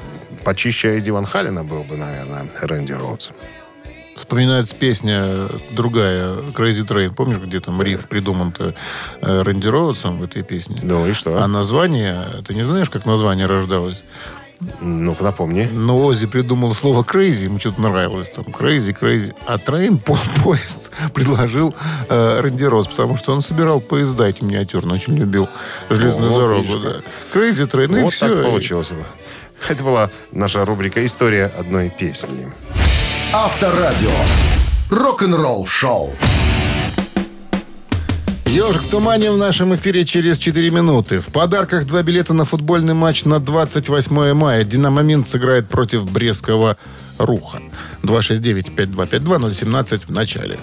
почище Эдди Ван Халена был бы, наверное, Рэнди Роудс. Вспоминается песня другая, Crazy Train. Помнишь, где там риф придуман-то э, Рэнди Роудсом в этой песне? Ну и что? А название, ты не знаешь, как название рождалось? Ну-ка, напомни. Ну, Оззи придумал слово crazy, ему что-то нравилось там. Crazy, crazy. А Train, по поезд, предложил э, Рэнди Роудс, потому что он собирал поезда эти миниатюрные, очень любил железную вот дорогу. видишь, Да. Crazy Train, ну и вот все. так получилось бы. Это была наша рубрика «История одной песни». Авторадио. Рок-н-ролл шоу. «Ежик в тумане» в нашем эфире через четыре минуты. В подарках два билета на футбольный матч на двадцать восьмое мая. «Динамо Минск» сыграет против Брестского Руха. два шесть девять пять два пять два ноль семнадцать в начале.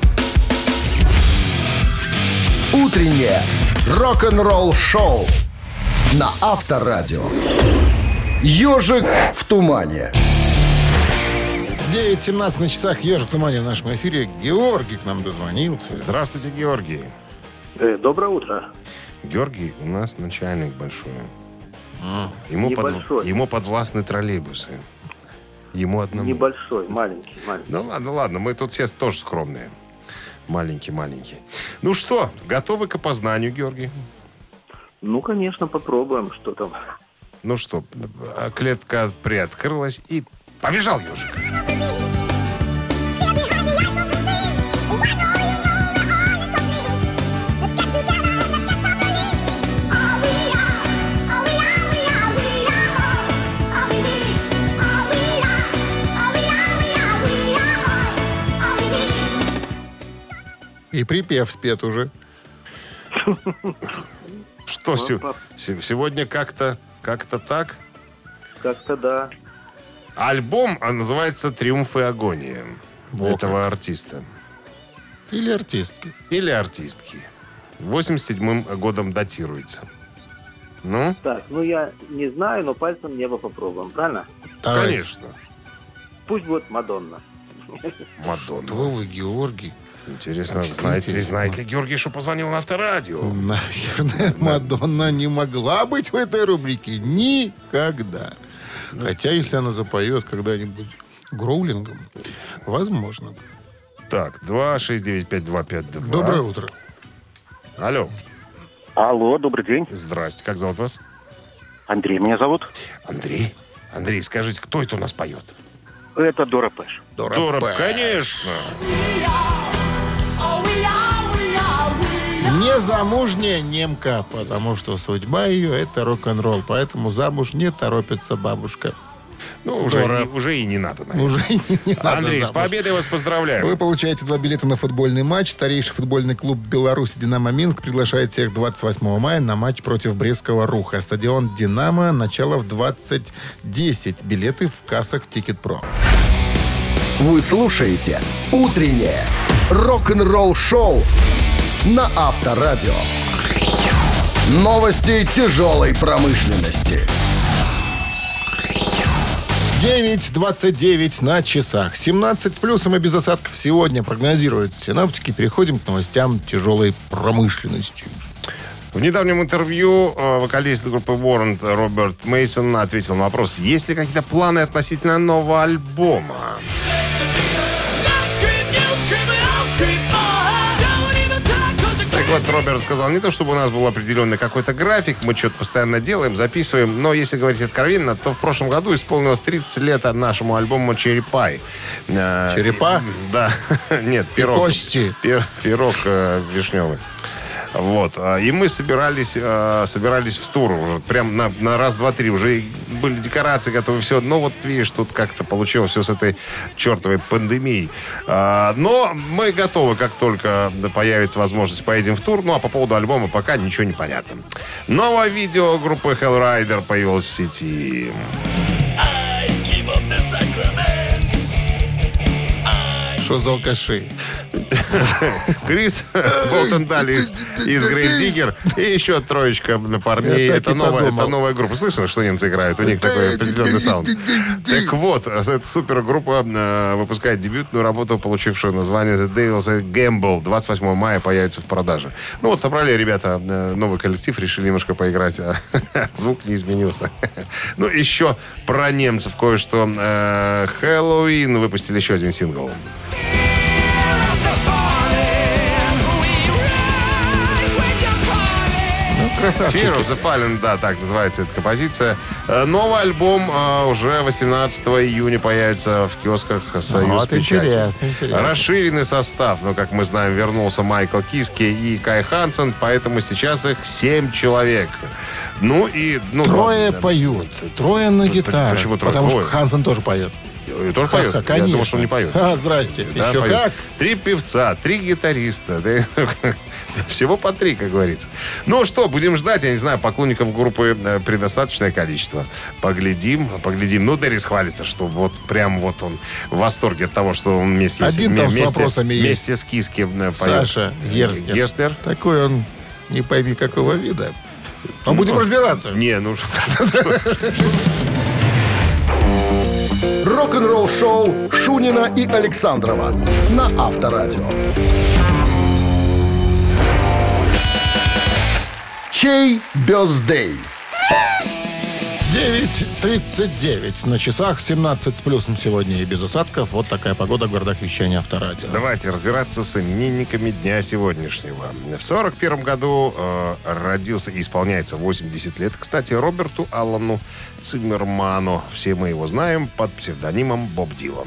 Утреннее рок-н-ролл шоу на Авторадио. «Ежик в тумане». девять семнадцать на часах. «Ежик в тумане» в нашем эфире. Георгий к нам дозвонился. Здравствуйте, Георгий. Э, доброе утро. Георгий у нас начальник большой. Ему, под, Небольшой. ему подвластны троллейбусы. Ему одному. Небольшой, маленький, маленький. Ну ладно, ладно, мы тут все тоже скромные. Маленький, маленький. Ну что, готовы к опознанию, Георгий? Ну, конечно, попробуем, что там. Ну что, а клетка приоткрылась и побежал ежик. И припев спет уже. Что се- се- сегодня как-то как-то так? Как-то да. Альбом а, называется «Триумф и агония» Во этого артиста. Или артистки. Или артистки. восемьдесят седьмым годом датируется. Ну? Так, ну я не знаю, но пальцем небо попробуем, правильно? Давайте. Конечно. Пусть будет Мадонна. Мадонна. Кто вы, Георгий? Интересно, Очень знает ли, интересно. знает ли Георгий, что позвонил на Авторадио? Наверное, Мадонна не могла быть в этой рубрике никогда. Хотя, если она запоет когда-нибудь гроулингом, возможно. Так, два шесть девять пять два пять два. Доброе утро. Алло. Алло, добрый день. Здрасте, как зовут вас? Андрей меня зовут. Андрей. Андрей, скажите, кто это у нас поет? Это Дора Пэш. Дора, Дора, Пэш. конечно. Незамужняя немка, потому что судьба ее — это рок-н-ролл. Поэтому замуж не торопится бабушка. Ну, уже, Дора. и, уже и не надо, наверное. Уже не, не надо Андрей, с замуж. победой вас поздравляю. Вы получаете два билета на футбольный матч. Старейший футбольный клуб Беларуси «Динамо Минск» приглашает всех двадцать восьмого мая на матч против Брестского Руха. Стадион «Динамо». Начало в двадцать десять. Билеты в кассах «Тикет.Про». Вы слушаете «Утреннее рок-н-ролл-шоу» на Авторадио. Новости тяжелой промышленности. девять двадцать девять на часах. семнадцать с плюсом и без осадков сегодня прогнозируют синоптики. Переходим к новостям тяжелой промышленности. В недавнем интервью э, вокалист группы Warrant Роберт Мейсон ответил на вопрос, есть ли какие-то планы относительно нового альбома. Так вот, Роберт сказал, не то чтобы у нас был определенный какой-то график, мы что-то постоянно делаем, записываем, но если говорить откровенно, то в прошлом году исполнилось тридцать лет нашему альбому «Черри Пай». Э, Черепа? Да. Нет, пирог. кости. Пир- Пирог э, вишневый. Вот. И мы собирались, э, собирались в тур уже. Прям на, на раз, два, три. Уже были декорации готовы, все. Но вот видишь, тут как-то получилось все с этой чертовой пандемией. А, но мы готовы, как только появится возможность, поедем в тур. Ну, а по поводу альбома пока ничего не понятно. Новое видео группы Hellrider появилось в сети. Что за алкаши? Крис Болтендаль из, из Grave Digger и еще троечка парней. Я так Это и новая, подумал. это новая группа. Слышно, что немцы играют? У них такой определенный саунд. Так вот, эта супергруппа э, выпускает дебютную работу, получившую название The Devil's Gamble. двадцать восьмого мая появится в продаже. Ну вот, собрали ребята э, новый коллектив, решили немножко поиграть, а звук не изменился. Ну, еще про немцев кое-что. Э, Хэллоуин выпустили еще один сингл. Красавчики. Fear of the Fallen, да, так называется эта композиция. Э, Новый альбом э, уже восемнадцатого июня появится в киосках «Союз Вот, Печати». интересно, интересно. Расширенный состав, но, как мы знаем, вернулся Майкл Киски и Кай Хансен, поэтому сейчас их семь человек. Ну и... Ну, Трое да, поют, трое на гитаре. почему трое? Потому Двое. что Хансен тоже поет. И тоже поет? Ха-ха, Я думал, что он не поет. А, здрасте. Да, Еще поет. как? Три певца, три гитариста. Да, всего по три, как говорится. Ну что, будем ждать. Я не знаю, поклонников группы э, предостаточное количество. Поглядим, поглядим. Ну, Дэрис хвалится, что вот прям вот он в восторге от того, что он вместе, Один там с вместе, вопросами есть. вместе с Киски э, поет. Саша Герстер. Герстер. Такой он, не пойми какого вида. Но будем разбираться. Не, ну что... Рок-н-ролл-шоу Шунина и Александрова на Авторадио. Чей бёздей? девять тридцать девять на часах, семнадцать с плюсом сегодня и без осадков. Вот такая погода в городах вещания Авторадио. Давайте разбираться с именинниками дня сегодняшнего. В сорок первом году э, родился и исполняется восемьдесят лет, кстати, Роберту Аллану Циммерману. Все мы его знаем под псевдонимом Боб Дилан.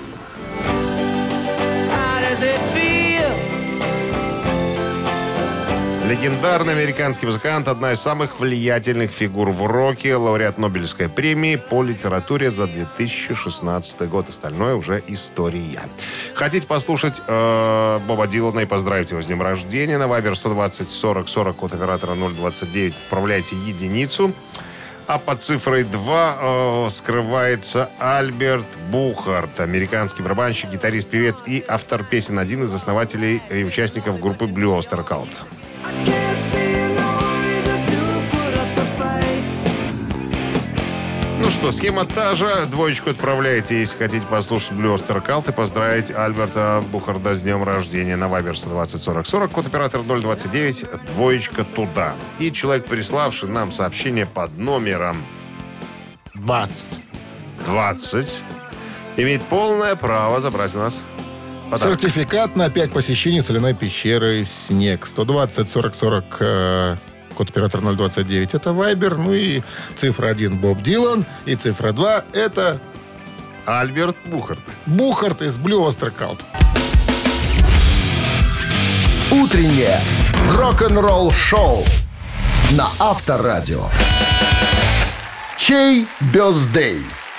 Легендарный американский музыкант, одна из самых влиятельных фигур в роке, лауреат Нобелевской премии по литературе за две тысячи шестнадцатый год. Остальное уже история. Хотите послушать э, Боба Дилана и поздравить его с днем рождения? На Viber сто двадцать сорок сорок, код оператора ноль двадцать девять, отправляйте единицу. А под цифрой два э, скрывается Альберт Бухард, американский барабанщик, гитарист, певец и автор песен, один из основателей и участников группы Blue Oyster Cult. Ну что, схема та же. Двоечку отправляете, если хотите послушать Blue Oyster Cult и поздравить Альберта Бухарда с днем рождения. На Viber сто двадцать сорок сорок, код оператора ноль двадцать девять, двоечка туда. И человек, приславший нам сообщение под номером двадцать, двадцать имеет полное право забрать у нас подарок. Сертификат на пять посещений соляной пещеры «Снег». сто двадцать сорок сорок, э, код оператор ноль двадцать девять, это Вайбер. Ну и цифра один Боб Дилан. И цифра два это Альберт Бухард. Бухард из Blue Oyster Cult. Утреннее рок-н-ролл-шоу на Авторадио. Чей бёздей?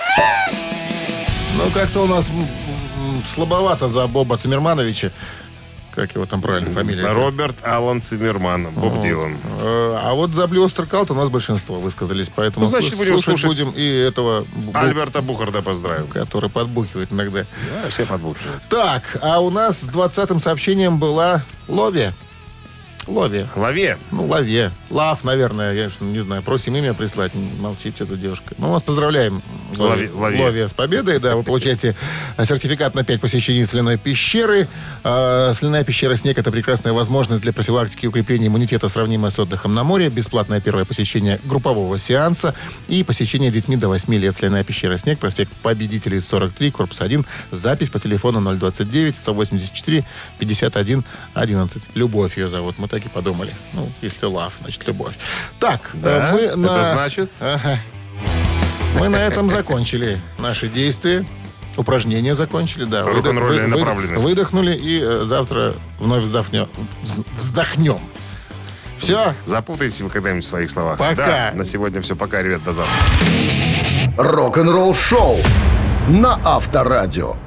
Ну, как-то у нас слабовато за Боба Циммермановича. Как его там правильно фамилия? Роберт Аллан Циммерман, Боб вот. Дилан. А вот за Blue Oyster Cult у нас большинство высказались, поэтому ну, значит, будем слушать, слушать будем и этого... Альберта Бухарда поздравим. Который подбухивает иногда. Да, все подбухивают. Так, а у нас с двадцатым сообщением была Лови. Лови. Лове. Ну, Лове. Лав, наверное, я не знаю. Просим имя прислать. Молчит эта девушка. Мы вас поздравляем, Лови, Лови. Лови, с победой. Да, вы получаете сертификат на пять посещений соляной пещеры. Э, соляная пещера «Снег» — это прекрасная возможность для профилактики и укрепления иммунитета, сравнимая с отдыхом на море. Бесплатное первое посещение группового сеанса и посещение детьми до восьми лет. Соляная пещера «Снег», проспект Победителей, сорок три, корпус один. Запись по телефону ноль двадцать девять сто восемьдесят четыре пятьдесят один одиннадцать. Любовь ее зовут. Мы так и подумали. Ну, если love, значит любовь. Так, да? мы Это на... значит? Ага. Мы на этом закончили наши действия. Упражнения закончили, да. Рок-н-ролльная Выдох- направленность. Выдохнули и э, завтра вновь вздохнем. Вздохнем. Все. Запутаетесь вы когда-нибудь в своих словах. Пока. Да, на сегодня все. Пока, ребят, до завтра. Рок-н-ролл-шоу на Авторадио.